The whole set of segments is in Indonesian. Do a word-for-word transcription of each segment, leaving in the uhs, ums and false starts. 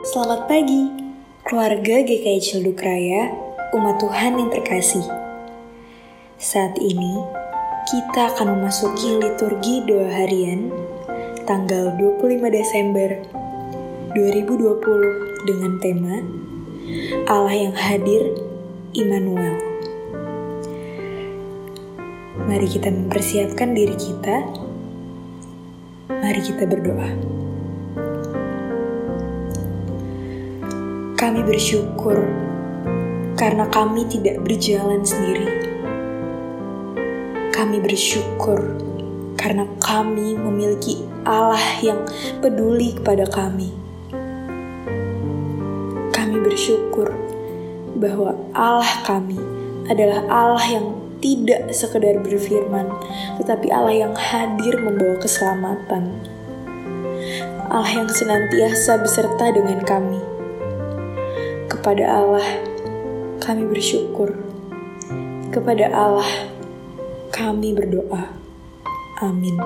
Selamat pagi, keluarga G K I Cilduk Raya, umat Tuhan yang terkasih. Saat ini, kita akan memasuki liturgi doa harian tanggal dua puluh lima Desember dua ribu dua puluh dengan tema Allah yang hadir, Immanuel. Mari kita mempersiapkan diri kita. Mari kita berdoa. Kami bersyukur karena kami tidak berjalan sendiri. Kami bersyukur karena kami memiliki Allah yang peduli kepada kami. Kami bersyukur bahwa Allah kami adalah Allah yang tidak sekedar berfirman, tetapi Allah yang hadir membawa keselamatan. Allah yang senantiasa beserta dengan kami. Kepada Allah, kami bersyukur. Kepada Allah, kami berdoa. Amin.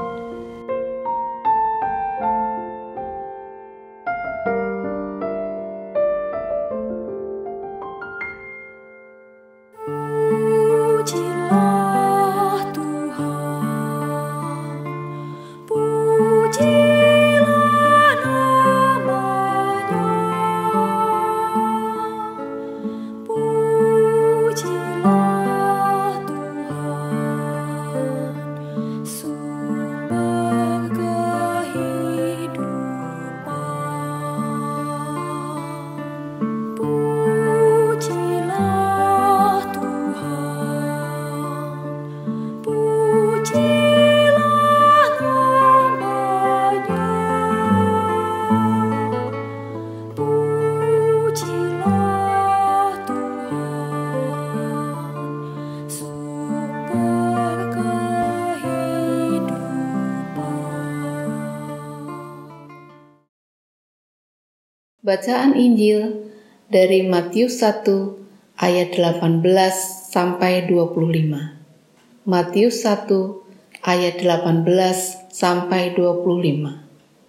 Bacaan Injil dari Matius satu ayat delapan belas sampai dua puluh lima. Matius satu ayat delapan belas sampai dua puluh lima.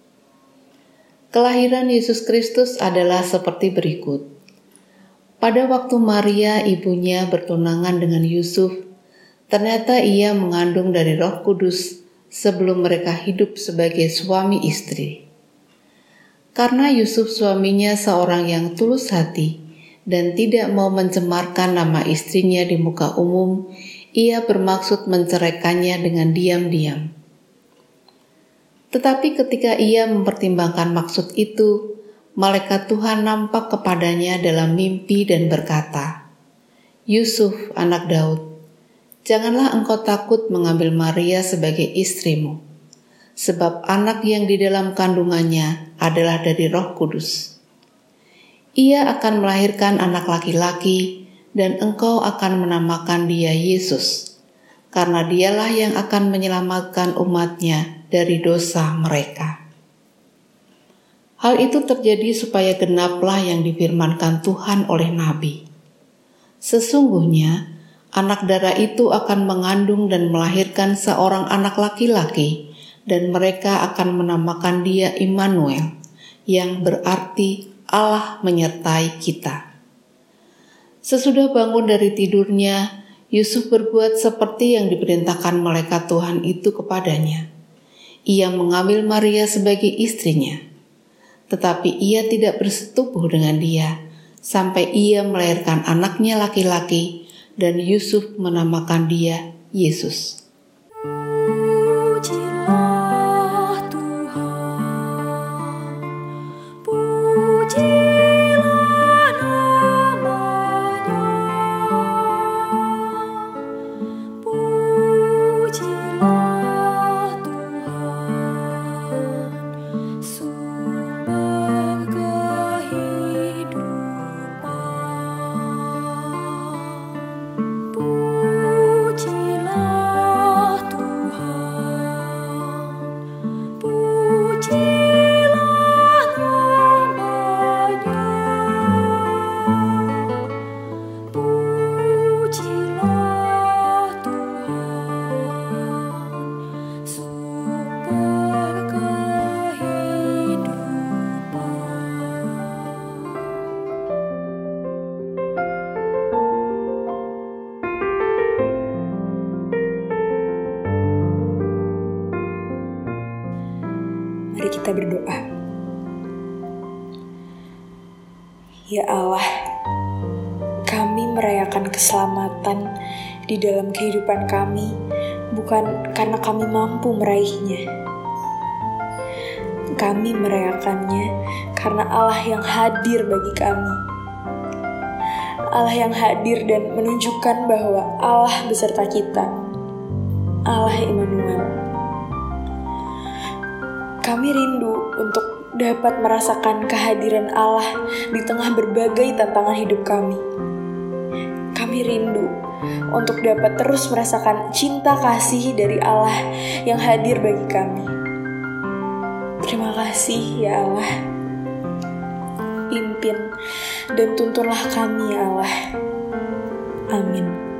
Kelahiran Yesus Kristus adalah seperti berikut. Pada waktu Maria ibunya bertunangan dengan Yusuf, ternyata ia mengandung dari Roh Kudus sebelum mereka hidup sebagai suami istri. Karena Yusuf suaminya seorang yang tulus hati dan tidak mau mencemarkan nama istrinya di muka umum, ia bermaksud menceraikannya dengan diam-diam. Tetapi ketika ia mempertimbangkan maksud itu, malaikat Tuhan nampak kepadanya dalam mimpi dan berkata, "Yusuf, anak Daud, janganlah engkau takut mengambil Maria sebagai istrimu, sebab anak yang di dalam kandungannya adalah dari Roh Kudus. Ia akan melahirkan anak laki-laki dan engkau akan menamakan dia Yesus, karena dialah yang akan menyelamatkan umatnya dari dosa mereka." Hal itu terjadi supaya genaplah yang difirmankan Tuhan oleh Nabi. Sesungguhnya anak darah itu akan mengandung dan melahirkan seorang anak laki-laki, dan mereka akan menamakan dia Immanuel, yang berarti Allah menyertai kita. Sesudah bangun dari tidurnya, Yusuf berbuat seperti yang diperintahkan malaikat Tuhan itu kepadanya. Ia mengambil Maria sebagai istrinya, tetapi ia tidak bersetubuh dengan dia, sampai ia melahirkan anaknya laki-laki, dan Yusuf menamakan dia Yesus. Pujilah kita berdoa. Ya Allah, kami merayakan keselamatan di dalam kehidupan kami bukan karena kami mampu meraihnya. Kami merayakannya karena Allah yang hadir bagi kami. Allah yang hadir dan menunjukkan bahwa Allah beserta kita. Allah Immanuel. Kami rindu untuk dapat merasakan kehadiran Allah di tengah berbagai tantangan hidup kami. Kami rindu untuk dapat terus merasakan cinta kasih dari Allah yang hadir bagi kami. Terima kasih ya Allah. Pimpin dan tuntunlah kami ya Allah. Amin.